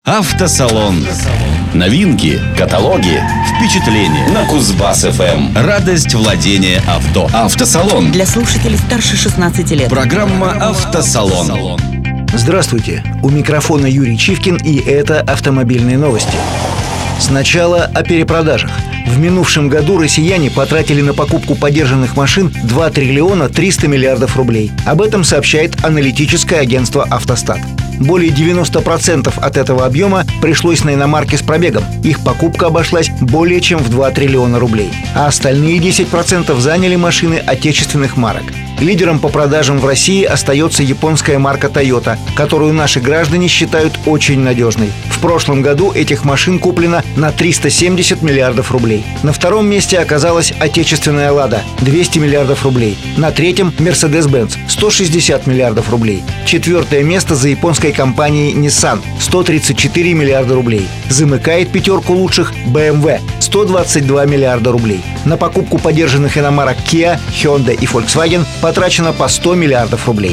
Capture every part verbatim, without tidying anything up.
Автосалон. Новинки, каталоги, впечатления на Кузбасс-ФМ. Радость владения авто. Автосалон. Для слушателей старше шестнадцати лет. Программа «Автосалон». Здравствуйте, у микрофона Юрий Чивкин, и это автомобильные новости. Сначала о перепродажах. В минувшем году россияне потратили на покупку подержанных машин два триллиона триста миллиардов рублей. Об этом сообщает аналитическое агентство «Автостат». Более девяноста процентов от этого объема пришлось на иномарки с пробегом. Их покупка обошлась более чем в два триллиона рублей. А остальные десять процентов заняли машины отечественных марок. Лидером по продажам в России остается японская марка Toyota, которую наши граждане считают очень надежной. В прошлом году этих машин куплено на триста семьдесят миллиардов рублей. На втором месте оказалась отечественная Lada – двести миллиардов рублей. На третьем – Mercedes-Benz – сто шестьдесят миллиардов рублей. Четвертое место за японской компанией Nissan – сто тридцать четыре миллиарда рублей. Замыкает пятерку лучших бэ эм вэ – сто двадцать два миллиарда рублей. На покупку подержанных иномарок Kia, Hyundai и Volkswagen потрачено по сто миллиардов рублей.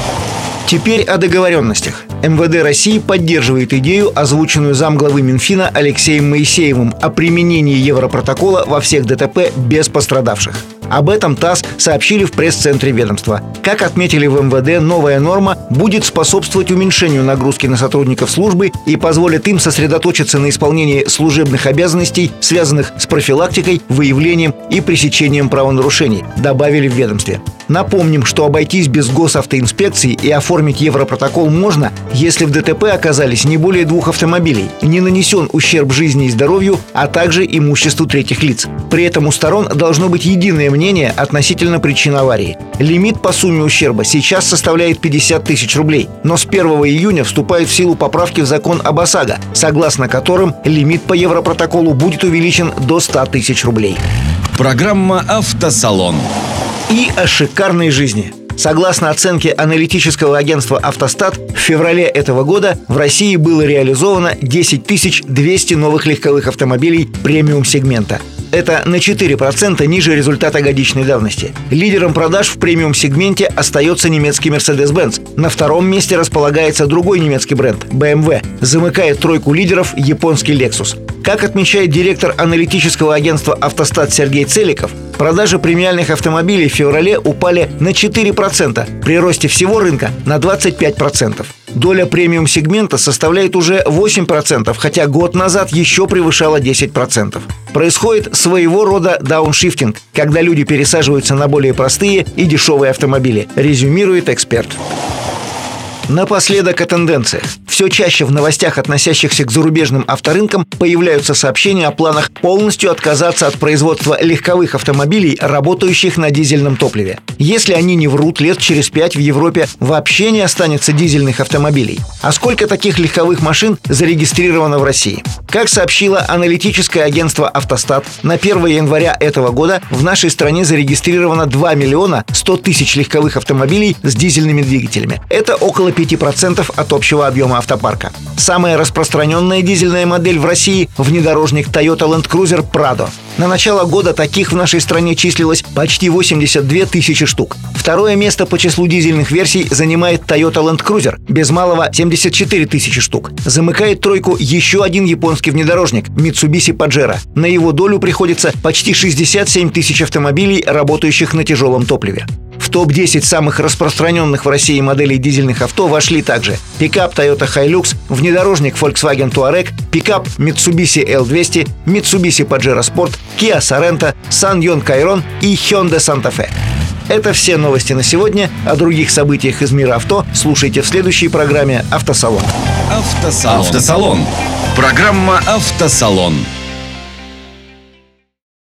Теперь о договоренностях. эм вэ дэ России поддерживает идею, озвученную замглавы Минфина Алексеем Моисеевым, о применении Европротокола во всех дэ тэ пэ без пострадавших. Об этом ТАСС сообщили в пресс-центре ведомства. Как отметили в эм вэ дэ, новая норма будет способствовать уменьшению нагрузки на сотрудников службы и позволит им сосредоточиться на исполнении служебных обязанностей, связанных с профилактикой, выявлением и пресечением правонарушений, добавили в ведомстве. Напомним, что обойтись без госавтоинспекции и оформить Европротокол можно, если в дэ тэ пэ оказались не более двух автомобилей, не нанесен ущерб жизни и здоровью, а также имуществу третьих лиц. При этом у сторон должно быть единое мнение относительно причин аварии. Лимит по сумме ущерба сейчас составляет пятьдесят тысяч рублей, но с первого июня вступают в силу поправки в закон об ОСАГО, согласно которым лимит по Европротоколу будет увеличен до ста тысяч рублей. Программа «Автосалон». И о шикарной жизни. Согласно оценке аналитического агентства «Автостат», в феврале этого года в России было реализовано десять тысяч двести новых легковых автомобилей премиум-сегмента. Это на четыре процента ниже результата годичной давности. Лидером продаж в премиум-сегменте остается немецкий Mercedes-Benz. На втором месте располагается другой немецкий бренд – бэ эм вэ. Замыкает тройку лидеров японский Lexus. Как отмечает директор аналитического агентства «Автостат» Сергей Целиков, продажи премиальных автомобилей в феврале упали на четыре процента, при росте всего рынка на двадцать пять процентов. Доля премиум-сегмента составляет уже восемь процентов, хотя год назад еще превышала десять процентов. Происходит своего рода дауншифтинг, когда люди пересаживаются на более простые и дешевые автомобили, резюмирует эксперт. Напоследок о тенденциях. Все чаще в новостях, относящихся к зарубежным авторынкам, появляются сообщения о планах полностью отказаться от производства легковых автомобилей, работающих на дизельном топливе. Если они не врут, лет через пять в Европе вообще не останется дизельных автомобилей. А сколько таких легковых машин зарегистрировано в России? Как сообщило аналитическое агентство «Автостат», на первое января этого года в нашей стране зарегистрировано два миллиона сто тысяч легковых автомобилей с дизельными двигателями. Это около пяти процентов от общего объема автопарка. Самая распространенная дизельная модель в России – внедорожник Toyota Land Cruiser Prado. На начало года таких в нашей стране числилось почти восемьдесят две тысячи штук. Второе место по числу дизельных версий занимает Toyota Land Cruiser, без малого семьдесят четыре тысячи штук. Замыкает тройку еще один японский внедорожник – Mitsubishi Pajero. На его долю приходится почти шестьдесят семь тысяч автомобилей, работающих на тяжелом топливе. В топ десять самых распространенных в России моделей дизельных авто вошли также пикап Toyota Hilux, внедорожник Volkswagen Touareg, пикап Mitsubishi эл двести, Mitsubishi Pajero Sport, Kia Sorento, Sanyong Kairon и Hyundai Santa Fe. Это все новости на сегодня. О других событиях из мира авто слушайте в следующей программе «Автосалон». Автосалон. Автосалон. Программа «Автосалон».